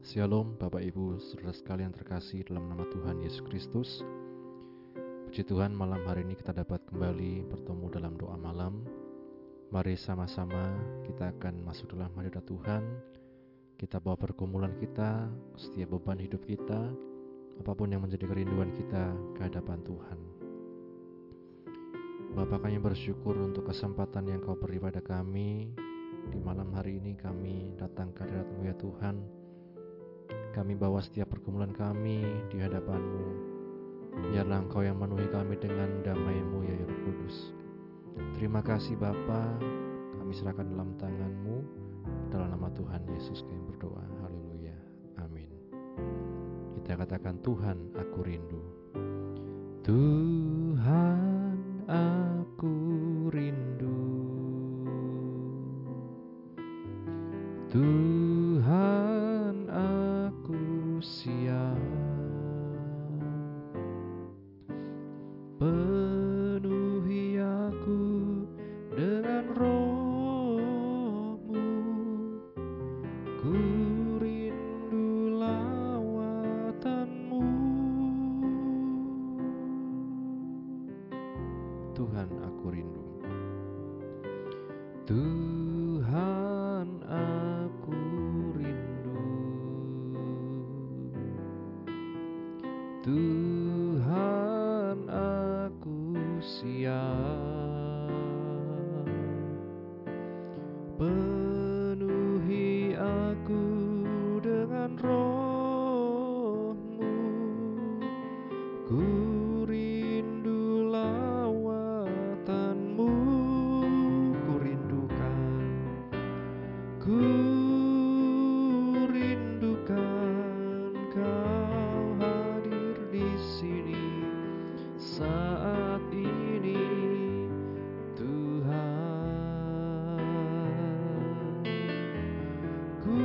Shalom Bapak Ibu saudara sekalian terkasih dalam nama Tuhan Yesus Kristus. Puji Tuhan, malam hari ini kita dapat kembali bertemu dalam doa malam. Mari sama-sama kita akan masuk dalam hadirat Tuhan. Kita bawa pergumulan kita, setiap beban hidup kita, apapun yang menjadi kerinduan kita ke hadapan Tuhan. Bapa, kami bersyukur untuk kesempatan yang Kau beri pada kami. Di malam hari ini kami datang ke hadirat-Mu ya Tuhan. Kami bawa setiap pergumulan kami di hadapan-Mu. Biarlah Engkau yang memenuhi kami dengan damai-Mu ya Roh Kudus. Terima kasih Bapa, kami serahkan dalam tangan-Mu. Dalam nama Tuhan Yesus kami berdoa. Haleluya. Amin. Kita katakan, Tuhan aku rindu. Tuhan aku rindu. Tuhan aku siap, penuhi aku dengan Roh-Mu, ku rindu lawatan-Mu. Tuhan aku rindu. Tuhan aku rindu. Tuhan aku siap, penuhi aku dengan Roh-Mu, ku rindu lawatan-Mu. Ku rindukan, ku rindukan Kau hadir di sini saat ini, Tuhan. Ku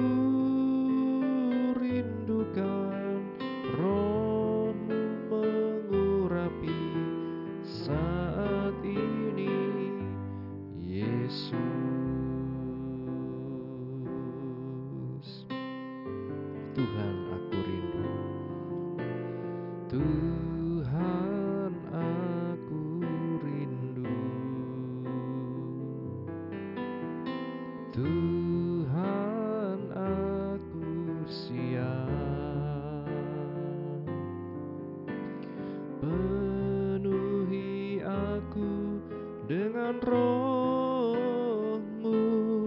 rindukan Roh-Mu mengurapi saat ini, Yesus. Tuhan aku rindu. Tuhan aku rindu. Tuhan aku siap, penuhi aku dengan Roh-Mu,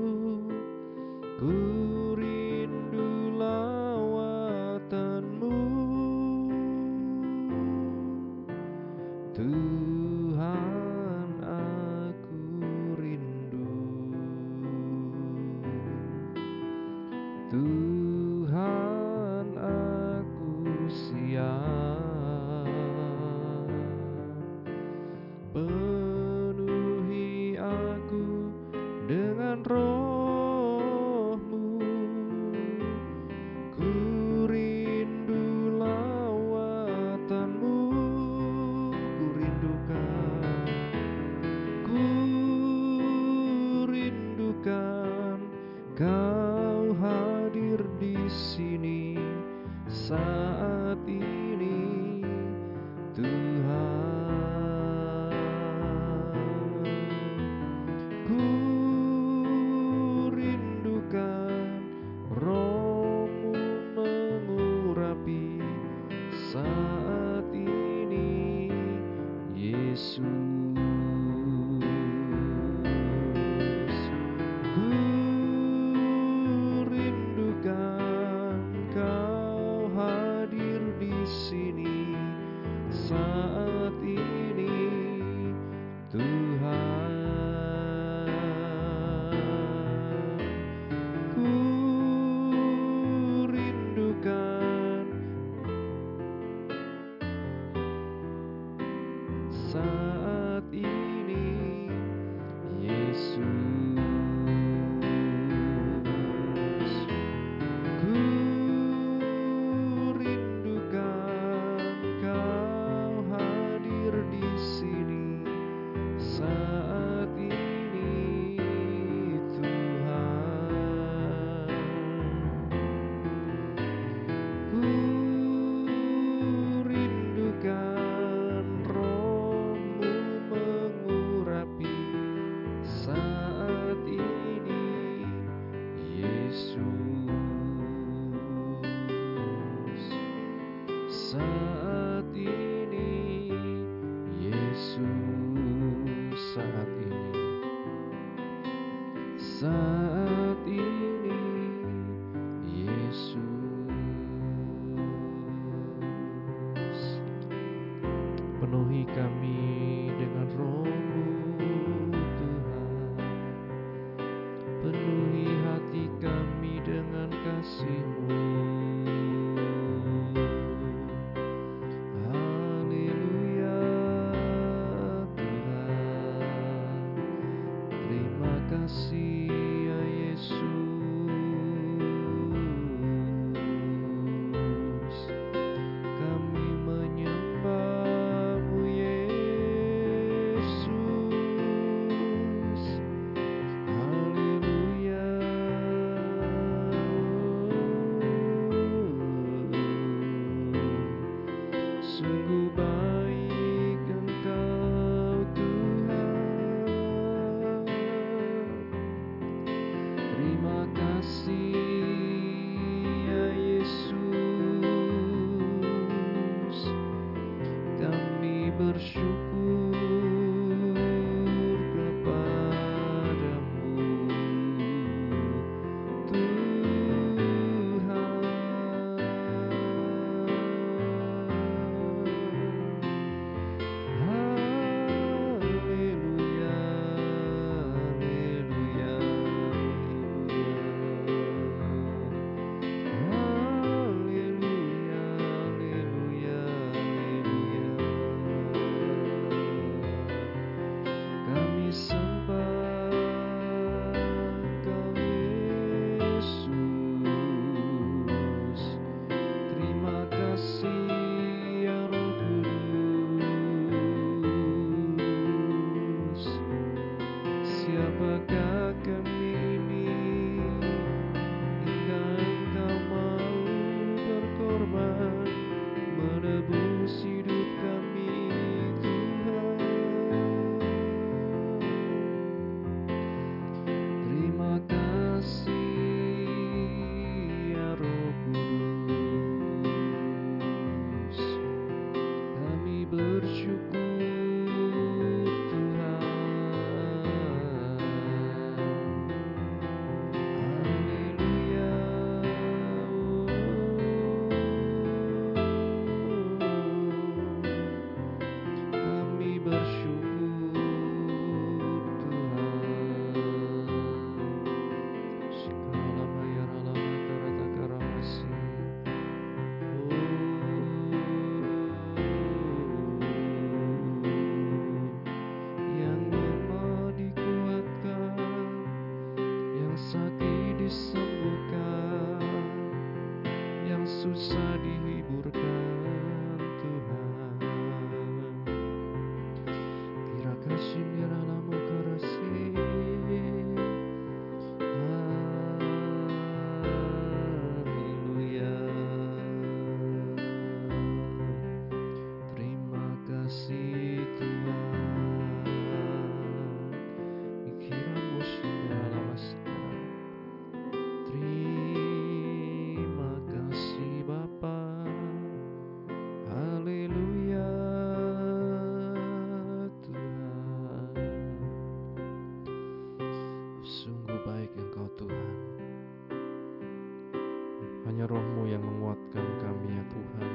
ku rindu lawatan-Mu. Tuhan aku rindu. Tuhan aku siap, penuhi aku dengan Roh-Mu, ku rindu lawatan-Mu. Ku rindukan Kau hadir di sini saat ini, Tuhan. Ku rindukan Roh-Mu mengurapi saat ini, Yesus. Ku rindukan Kau hadir di saat ini, Yesus, saat ini, saat ini, Yesus. Penuhi kami dengan Roh-Mu, Tuhan. Penuhi hati kami dengan kasih-Mu. Haleluya, Tuhan. Terima kasih ya Yesus. Kami menyembah-Mu Yesus. Haleluya. Sungguh baik Engkau Tuhan. Terima kasih ya Yesus. Kami bersyukur kepadamu Tuhan. Haleluya, haleluya, haleluya, haleluya, haleluya. Kami sembah Engkau Yesus. Terima kasih ya Roh Kudus. Siapakah kami ini hingga Engkau mau berkorban menebus hidup kami Tuhan. Terima kasih ya Roh Kudus. Kami bersyukur Tuhan. Haleluya. Kami bersyukur Tuhan. Shikalama yaralama karata karamasi. Yang lemah dikuatkan, yang sakit disembuhkan, yang susah dihiburkan Tuhan. Kira kasih niranamu karasi. Haleluya. Terima kasih Tuhan. Ikiramu shiniranamasya. Terima kasih Bapa. Haleluya Tuhan. Sungguh baik Engkau Tuhan. Hanya Roh-Mu yang menguatkan kami ya Tuhan,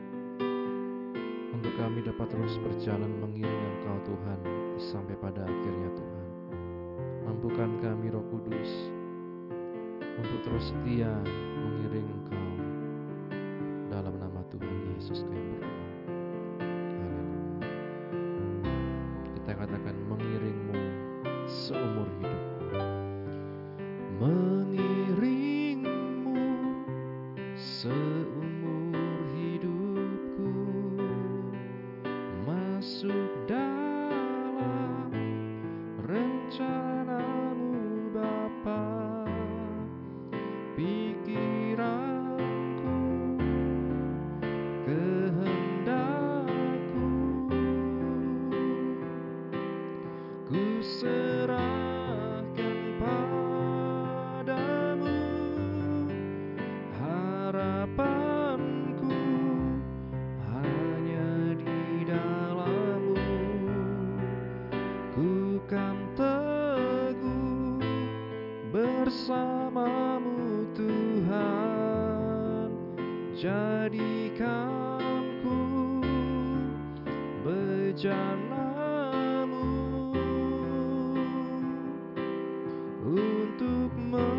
untuk kami dapat terus berjalan mengiring Engkau Tuhan sampai pada akhirnya Tuhan. Mampukan kami Roh Kudus untuk terus setia mengiring Engkau. Dalam nama Tuhan Yesus kami berdoa. Haleluya. Kita katakan mengiring-Mu seumur hidup. Mengiring-Mu seumur hidupku, masuk dalam rencana-Mu Bapa. Pikiranku, kehendakku, ku serahkan padamu. Harapan jadikanku bejanamu untuk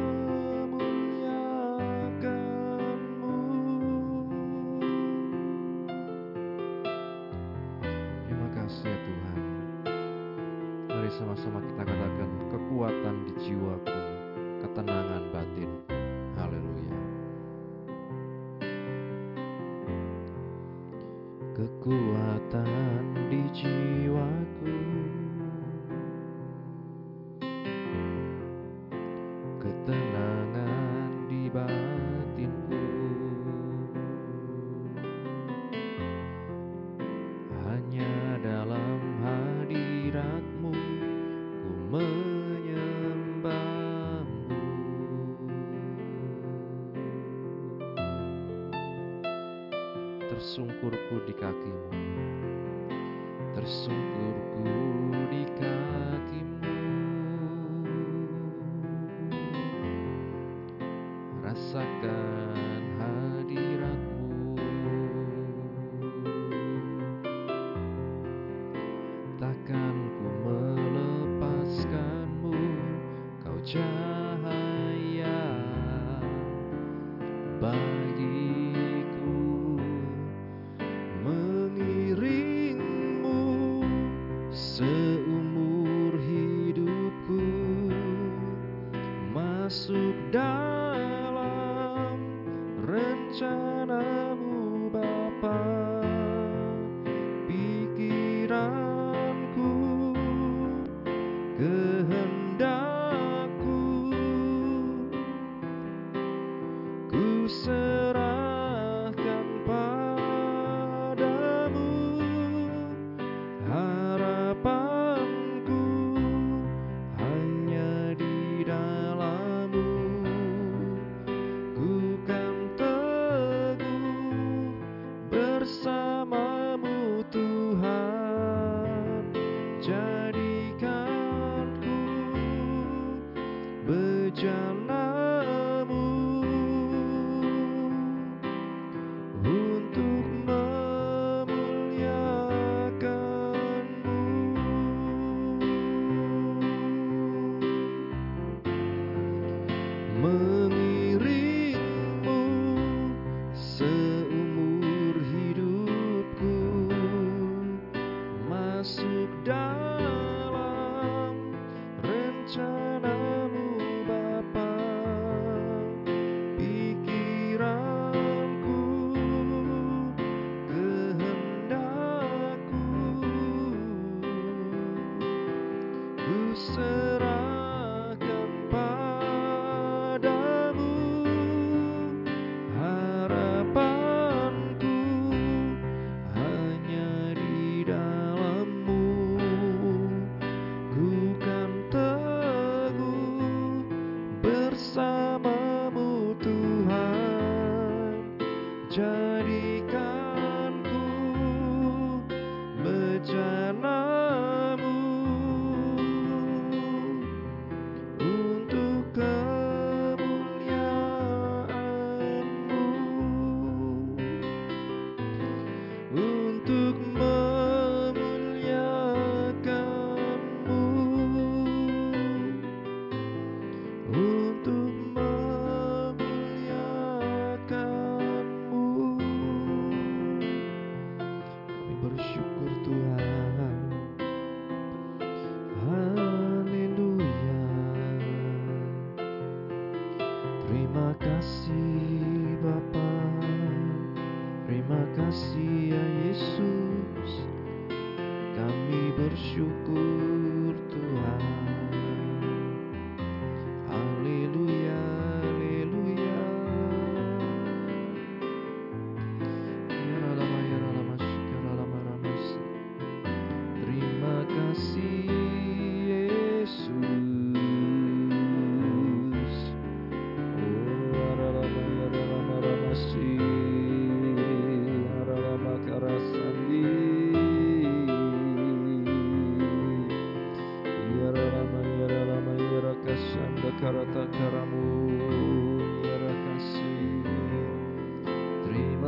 memuliakanmu. Terima kasih ya Tuhan. Mari sama-sama kita katakan, kekuatan di jiwaku, ketenangan batin. Haleluya. Kekuatan di jiwaku, ketenangan di batinku, hanya dalam hadirat-Mu ku menyembah-Mu. Tersungkurku di kaki-Mu, tersungkurku di kaki-Mu, rasakan hadirat-Mu. Takkan ku melepaskan-Mu, Kau cahaya bagiku, mengiring-Mu seumur hidupku, masuk dalam rencana-Mu Bapa. Pikiranku, kehendakku, ku serahkan padamu. Harapanku hanya di dalam-Mu, ku kan teguh bersama-Mu Tuhan. Jadikanku bejana-Mu untuk memuliakan-Mu. Mengiring-Mu seumur hidupku, masuk dalam rencana-Mu Bapa. Pikiranku, kehendakku, ku serahkan padamu. Harapanku hanya di dalam-Mu, ku kan teguh bersama-Mu Tuhan. Jadikanku bejana-Mu untuk kemuliaan-Mu, untuk memuliakan-Mu, untuk memuliakan-Mu. Kami bersyukur Tuhan. Haleluya. Terima kasih Bapa, terima kasih ya Yesus. Kami bersyukur Tuhan. Haleluya, haleluya. Terima kasih Yesus. Karata karamu, ya kasih. Terima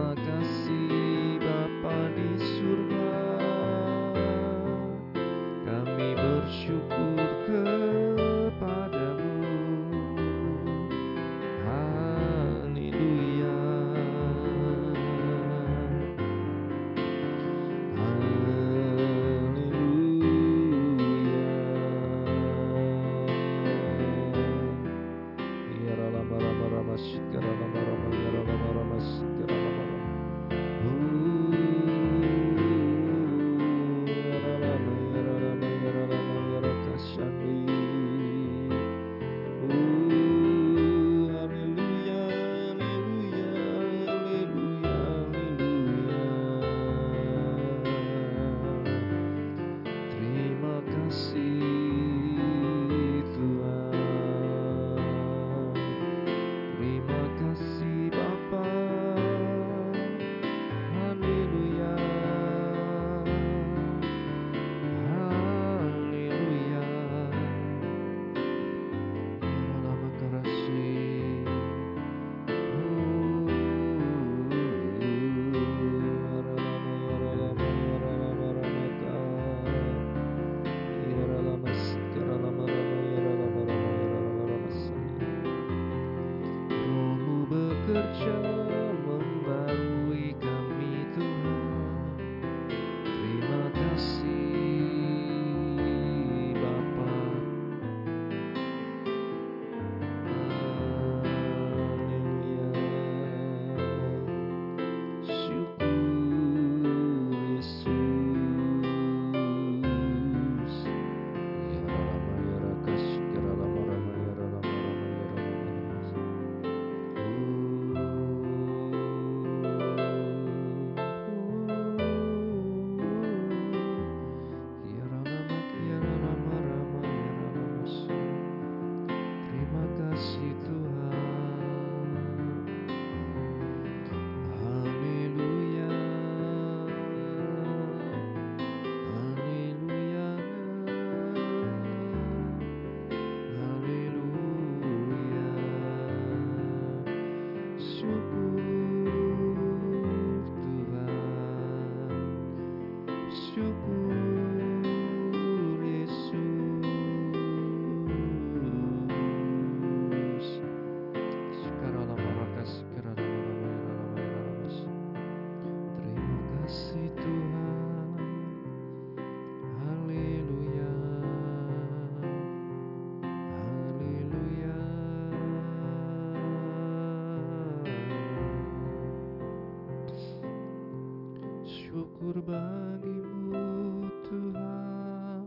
syukur bagimu Tuhan.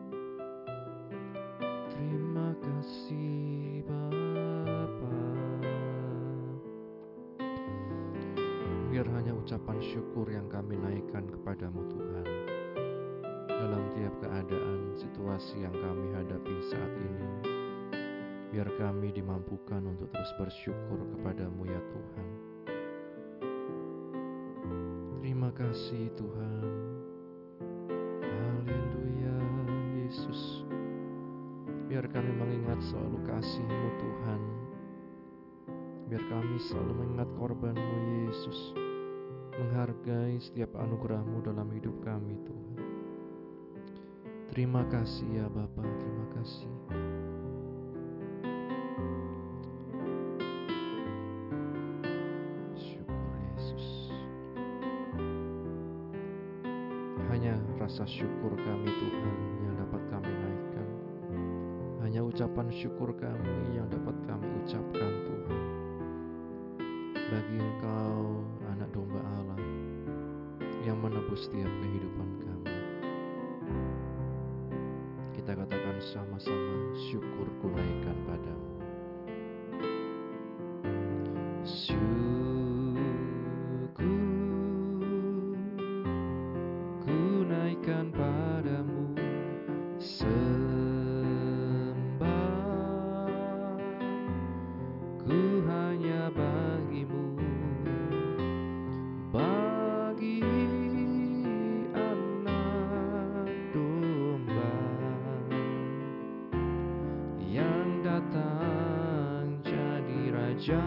Terima kasih Bapa. Biar hanya ucapan syukur yang kami naikkan kepadamu Tuhan, dalam tiap keadaan, situasi yang kami hadapi saat ini. Biar kami dimampukan untuk terus bersyukur kepadamu ya Tuhan. Terima kasih Tuhan. Haleluya Yesus. Biar kami mengingat selalu kasih-Mu Tuhan. Biar kami selalu mengingat korban-Mu Yesus. Menghargai setiap anugerah-Mu dalam hidup kami Tuhan. Terima kasih ya Bapa, terima kasih. Hanya rasa syukur kami Tuhan yang dapat kami naikkan. Hanya ucapan syukur kami yang dapat kami ucapkan Tuhan. Bagi Engkau anak domba Allah yang menebus setiap kehidupan kami. Kita katakan sama-sama, syukur ku naikkan padamu. Naikkan padamu sembah ku hanya bagimu, bagi anak domba yang datang jadi raja.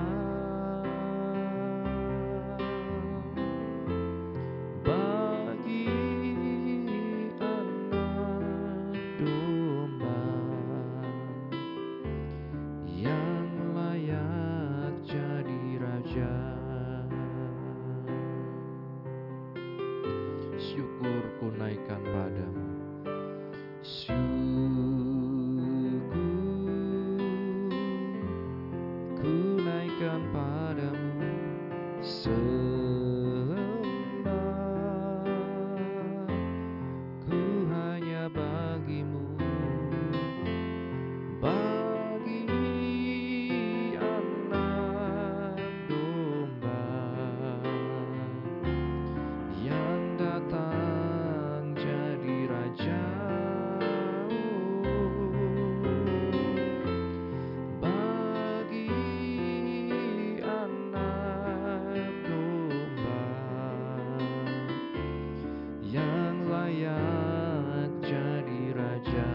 Syukur ku naikkan padamu, syukur ku naikkan padamu, sembah ku hanya bagimu, bagi anak domba yang datang jadi raja. Bagi anak domba yang layak jadi raja.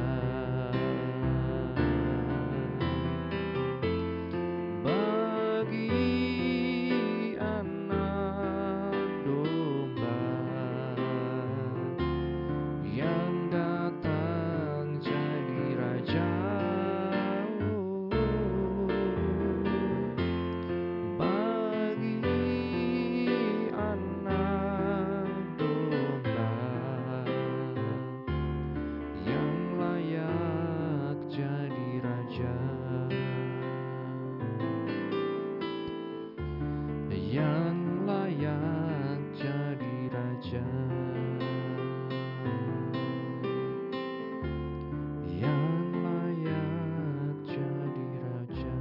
Bagi anak domba yang datang jadi raja. Bagi anak domba yang layak jadi raja. Yang layak jadi raja. Yang layak jadi raja.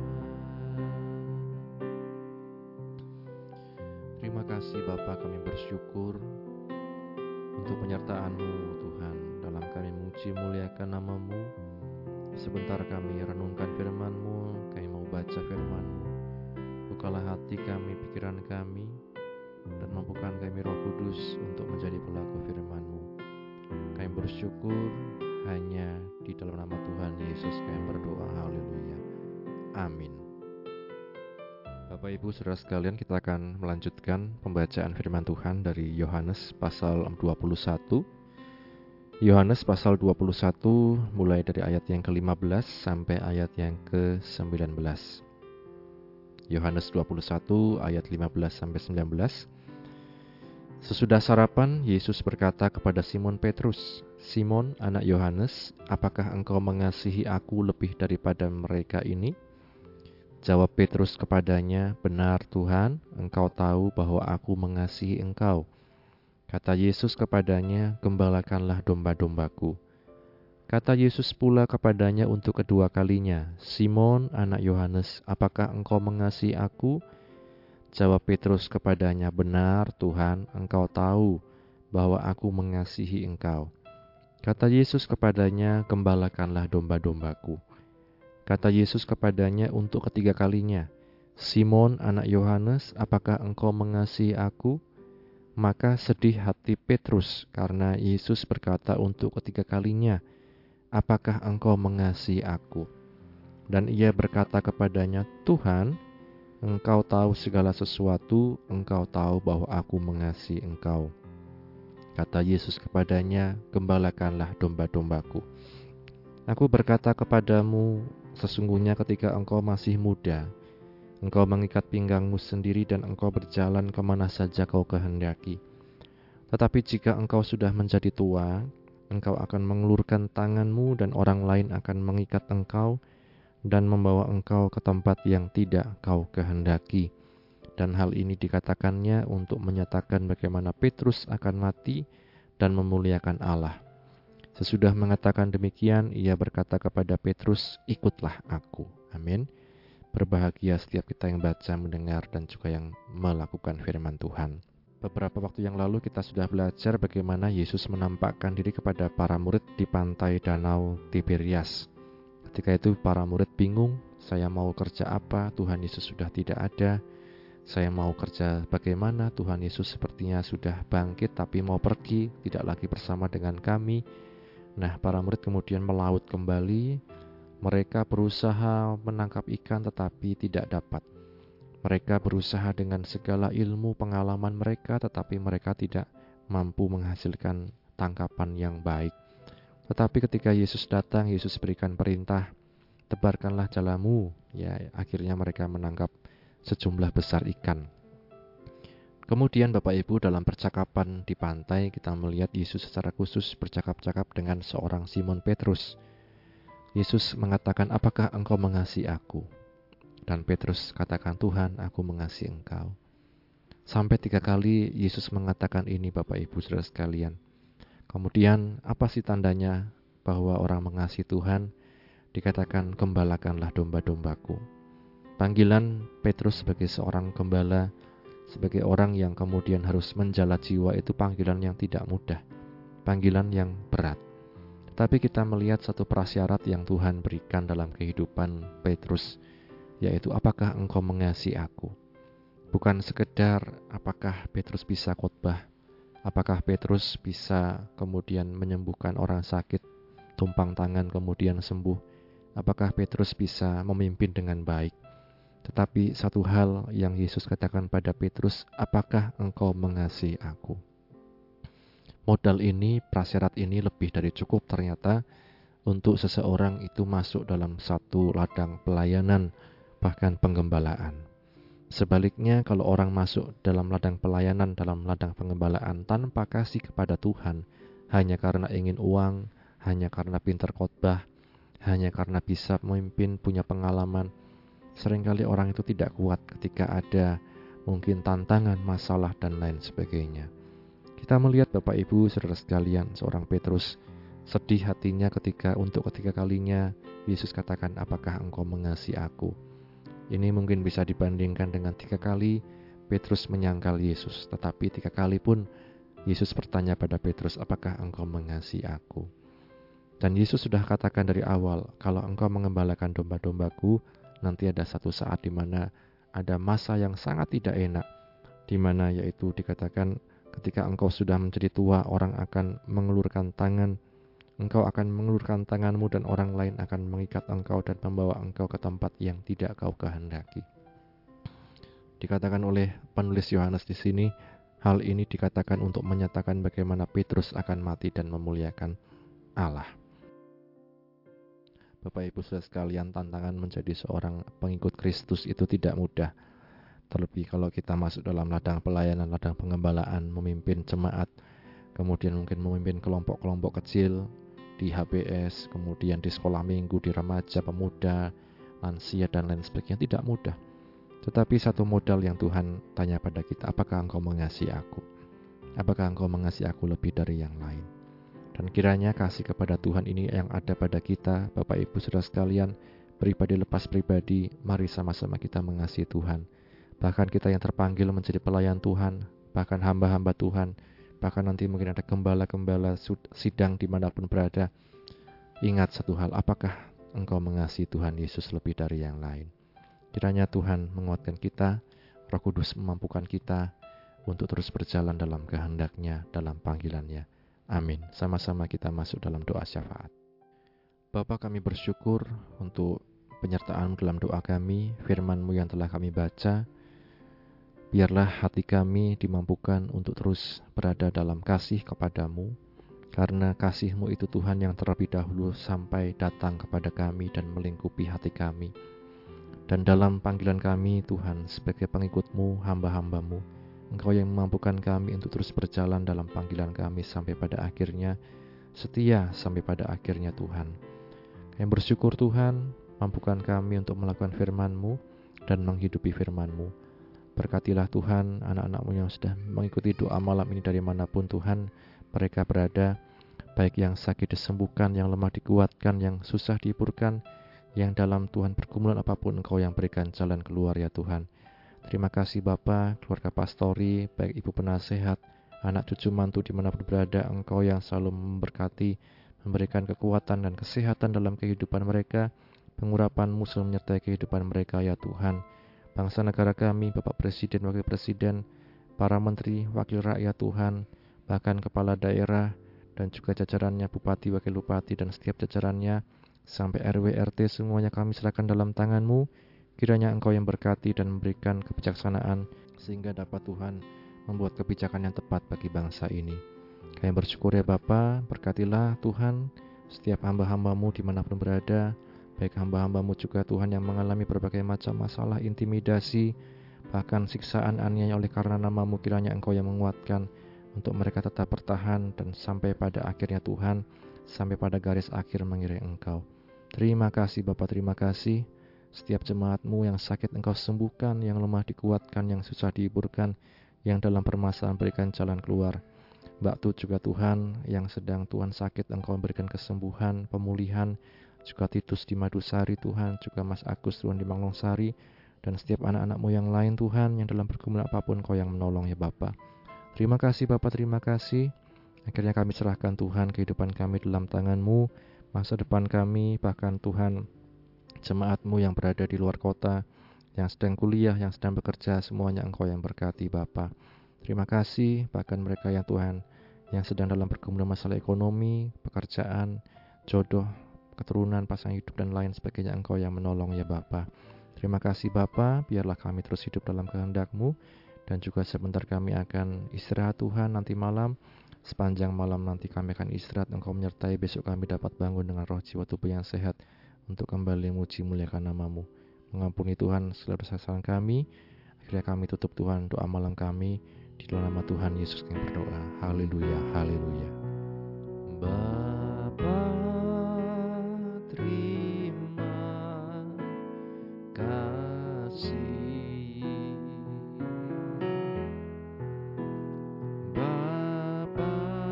Terima kasih Bapa, kami bersyukur untuk penyertaan-Mu Tuhan dalam kami memuji muliakan nama-Mu. Sebentar kami renungkan firman-Mu, kami mau baca firman-Mu. Bukalah hati kami, pikiran kami, dan mampukan kami Roh Kudus untuk menjadi pelaku firman-Mu. Kami bersyukur hanya di dalam nama Tuhan Yesus kami berdoa. Haleluya. Amin. Bapak Ibu Saudara sekalian, kita akan melanjutkan pembacaan firman Tuhan dari Yohanes pasal 21. Yohanes pasal 21 mulai dari ayat yang ke-15 sampai ayat yang ke-19. Yohanes 21 ayat 15 sampai 19. Sesudah sarapan, Yesus berkata kepada Simon Petrus, "Simon, anak Yohanes, apakah engkau mengasihi aku lebih daripada mereka ini?" Jawab Petrus kepadanya, "Benar Tuhan, engkau tahu bahwa aku mengasihi engkau." Kata Yesus kepadanya, "Gembalakanlah domba-dombaku." Kata Yesus pula kepadanya untuk kedua kalinya, "Simon, anak Yohanes, apakah engkau mengasihi aku?" Jawab Petrus kepadanya, "Benar, Tuhan, engkau tahu bahwa aku mengasihi engkau." Kata Yesus kepadanya, "Gembalakanlah domba-dombaku." Kata Yesus kepadanya untuk ketiga kalinya, "Simon, anak Yohanes, apakah engkau mengasihi aku?" Maka sedih hati Petrus karena Yesus berkata untuk ketiga kalinya, "Apakah engkau mengasihi aku?" Dan ia berkata kepadanya, "Tuhan, engkau tahu segala sesuatu, engkau tahu bahwa aku mengasihi engkau." Kata Yesus kepadanya, "Gembalakanlah domba-dombaku. Aku berkata kepadamu, sesungguhnya ketika engkau masih muda, engkau mengikat pinggangmu sendiri dan engkau berjalan kemana saja kau kehendaki. Tetapi jika engkau sudah menjadi tua, engkau akan mengulurkan tanganmu dan orang lain akan mengikat engkau dan membawa engkau ke tempat yang tidak kau kehendaki." Dan hal ini dikatakannya untuk menyatakan bagaimana Petrus akan mati dan memuliakan Allah. Sesudah mengatakan demikian, ia berkata kepada Petrus, "Ikutlah aku." Amin. Berbahagia setiap kita yang baca, mendengar, dan juga yang melakukan firman Tuhan. Beberapa waktu yang lalu kita sudah belajar bagaimana Yesus menampakkan diri kepada para murid di pantai Danau Tiberias. Ketika itu para murid bingung, saya mau kerja apa? Tuhan Yesus sudah tidak ada. Saya mau kerja bagaimana? Tuhan Yesus sepertinya sudah bangkit tapi mau pergi, tidak lagi bersama dengan kami. Nah, para murid kemudian melaut kembali. Mereka berusaha menangkap ikan tetapi tidak dapat. Mereka berusaha dengan segala ilmu pengalaman mereka tetapi mereka tidak mampu menghasilkan tangkapan yang baik. Tetapi ketika Yesus datang, Yesus berikan perintah, "Tebarkanlah jalamu." Ya, akhirnya mereka menangkap sejumlah besar ikan. Kemudian Bapak Ibu, dalam percakapan di pantai kita melihat Yesus secara khusus bercakap-cakap dengan seorang Simon Petrus. Yesus mengatakan, "Apakah engkau mengasihi aku?" Dan Petrus katakan, "Tuhan, aku mengasihi engkau." Sampai 3 kali Yesus mengatakan ini Bapak Ibu saudara sekalian. Kemudian apa sih tandanya bahwa orang mengasihi Tuhan? Dikatakan, "Gembalakanlah domba-dombaku." Panggilan Petrus sebagai seorang gembala, sebagai orang yang kemudian harus menjala jiwa, itu panggilan yang tidak mudah, panggilan yang berat. Tapi kita melihat satu prasyarat yang Tuhan berikan dalam kehidupan Petrus, yaitu apakah engkau mengasihi aku? Bukan sekedar apakah Petrus bisa khotbah, apakah Petrus bisa kemudian menyembuhkan orang sakit, tumpang tangan kemudian sembuh, apakah Petrus bisa memimpin dengan baik. Tetapi satu hal yang Yesus katakan pada Petrus, apakah engkau mengasihi aku? Modal ini, prasyarat ini lebih dari cukup ternyata untuk seseorang itu masuk dalam satu ladang pelayanan, bahkan penggembalaan. Sebaliknya, kalau orang masuk dalam ladang pelayanan, dalam ladang penggembalaan tanpa kasih kepada Tuhan, hanya karena ingin uang, hanya karena pintar khotbah, hanya karena bisa memimpin, punya pengalaman, seringkali orang itu tidak kuat ketika ada mungkin tantangan, masalah, dan lain sebagainya. Kita melihat Bapak Ibu saudara sekalian, seorang Petrus sedih hatinya ketika untuk ketiga kalinya Yesus katakan, "Apakah engkau mengasihi aku?" Ini mungkin bisa dibandingkan dengan 3 kali Petrus menyangkal Yesus. Tetapi 3 kali pun Yesus bertanya pada Petrus, "Apakah engkau mengasihi aku?" Dan Yesus sudah katakan dari awal, kalau engkau mengembalakan domba-dombaku, nanti ada satu saat di mana ada masa yang sangat tidak enak, di mana yaitu dikatakan ketika engkau sudah menjadi tua, orang akan mengulurkan tangan, engkau akan mengulurkan tanganmu dan orang lain akan mengikat engkau dan membawa engkau ke tempat yang tidak kau kehendaki. Dikatakan oleh penulis Yohanes di sini, hal ini dikatakan untuk menyatakan bagaimana Petrus akan mati dan memuliakan Allah. Bapak Ibu saudara sekalian, tantangan menjadi seorang pengikut Kristus itu tidak mudah. Terlebih kalau kita masuk dalam ladang pelayanan, ladang pengembalaan, memimpin jemaat, kemudian mungkin memimpin kelompok-kelompok kecil di HBS, kemudian di sekolah minggu, di remaja, pemuda, lansia, dan lain sebagainya, tidak mudah. Tetapi satu modal yang Tuhan tanya pada kita, apakah engkau mengasihi aku? Apakah Engkau mengasihi aku lebih dari yang lain? Dan kiranya kasih kepada Tuhan ini yang ada pada kita, Bapak Ibu Saudara sekalian, pribadi lepas pribadi, mari sama-sama kita mengasihi Tuhan. Bahkan kita yang terpanggil menjadi pelayan Tuhan, bahkan hamba-hamba Tuhan, bahkan nanti mungkin ada gembala-gembala sidang dimanapun berada. Ingat satu hal, apakah engkau mengasihi Tuhan Yesus lebih dari yang lain? Kiranya Tuhan menguatkan kita, Roh Kudus memampukan kita untuk terus berjalan dalam kehendak-Nya, dalam panggilan-Nya. Amin. Sama-sama kita masuk dalam doa syafaat. Bapa, kami bersyukur untuk penyertaan dalam doa kami, firman-Mu yang telah kami baca. Biarlah hati kami dimampukan untuk terus berada dalam kasih kepadamu, karena kasih-Mu itu Tuhan yang terlebih dahulu sampai datang kepada kami dan melingkupi hati kami. Dan dalam panggilan kami Tuhan sebagai pengikut-Mu, hamba-hamba-Mu, Engkau yang memampukan kami untuk terus berjalan dalam panggilan kami sampai pada akhirnya, setia sampai pada akhirnya Tuhan. Kami bersyukur Tuhan, mampukan kami untuk melakukan firman-Mu dan menghidupi firman-Mu. Berkatilah Tuhan anak-anak-Mu yang sudah mengikuti doa malam ini dari manapun Tuhan mereka berada, baik yang sakit disembuhkan, yang lemah dikuatkan, yang susah dihiburkan, yang dalam Tuhan pergumulan apapun Engkau yang berikan jalan keluar ya Tuhan. Terima kasih Bapa, keluarga pastori, baik ibu penasehat, anak cucu mantu dimanapun berada, Engkau yang selalu memberkati, memberikan kekuatan dan kesehatan dalam kehidupan mereka, pengurapan-Mu selalu menyertai kehidupan mereka ya Tuhan. Bangsa negara kami, Bapak Presiden, Wakil Presiden, para menteri, wakil rakyat Tuhan, bahkan kepala daerah, dan juga jajarannya, Bupati, Wakil Bupati, dan setiap jajarannya, sampai RW, RT, semuanya kami serahkan dalam tangan-Mu. Kiranya Engkau yang berkati dan memberikan kebijaksanaan sehingga dapat Tuhan membuat kebijakan yang tepat bagi bangsa ini. Kami bersyukur ya Bapa, berkatilah Tuhan setiap hamba-hamba-Mu dimanapun berada, baik hamba-hamba-Mu juga Tuhan yang mengalami berbagai macam masalah, intimidasi, bahkan siksaan aniaya oleh karena nama-Mu. Kiranya Engkau yang menguatkan untuk mereka tetap bertahan dan sampai pada akhirnya Tuhan, sampai pada garis akhir mengiring Engkau. Terima kasih Bapa, terima kasih. Setiap jemaat-Mu yang sakit Engkau sembuhkan, yang lemah dikuatkan, yang susah dihiburkan, yang dalam permasalahan berikan jalan keluar. Mbak Tu juga Tuhan, yang sedang Tuhan sakit Engkau berikan kesembuhan, pemulihan. Juga Titus di Madusari Tuhan, juga Mas Agus Tuhan di Manglongsari, dan setiap anak-anak-Mu yang lain Tuhan, yang dalam pergumulan apapun Engkau yang menolong ya Bapa. Terima kasih Bapa, terima kasih. Akhirnya kami serahkan Tuhan kehidupan kami dalam tangan-Mu, masa depan kami, bahkan Tuhan jemaat-Mu yang berada di luar kota, yang sedang kuliah, yang sedang bekerja, semuanya Engkau yang berkati Bapa. Terima kasih, bahkan mereka yang Tuhan, yang sedang dalam pergumulan masalah ekonomi, pekerjaan, jodoh, keturunan, pasangan hidup, dan lain sebagainya, Engkau yang menolong ya Bapa. Terima kasih Bapa, biarlah kami terus hidup dalam kehendak-Mu, dan juga sebentar kami akan istirahat Tuhan nanti malam. Sepanjang malam nanti kami akan istirahat, Engkau menyertai, besok kami dapat bangun dengan roh jiwa tubuh yang sehat, untuk kembali muji muliakan nama-Mu. Mengampuni Tuhan segala kesalahan kami. Akhirnya kami tutup Tuhan doa malam kami di dalam nama Tuhan Yesus yang berdoa. Haleluya, haleluya. Bapa, terima kasih. Bapa,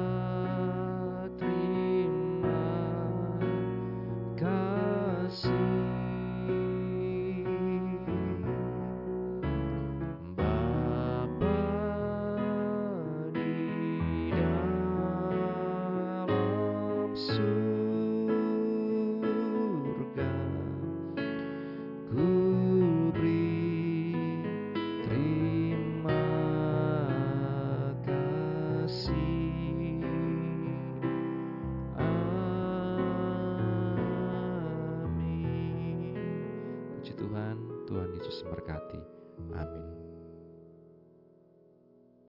terima kasih. Bapa di dalam surga, ku beri terima kasih. Amin. Puji Tuhan, Tuhan Yesus memberkati. Amin.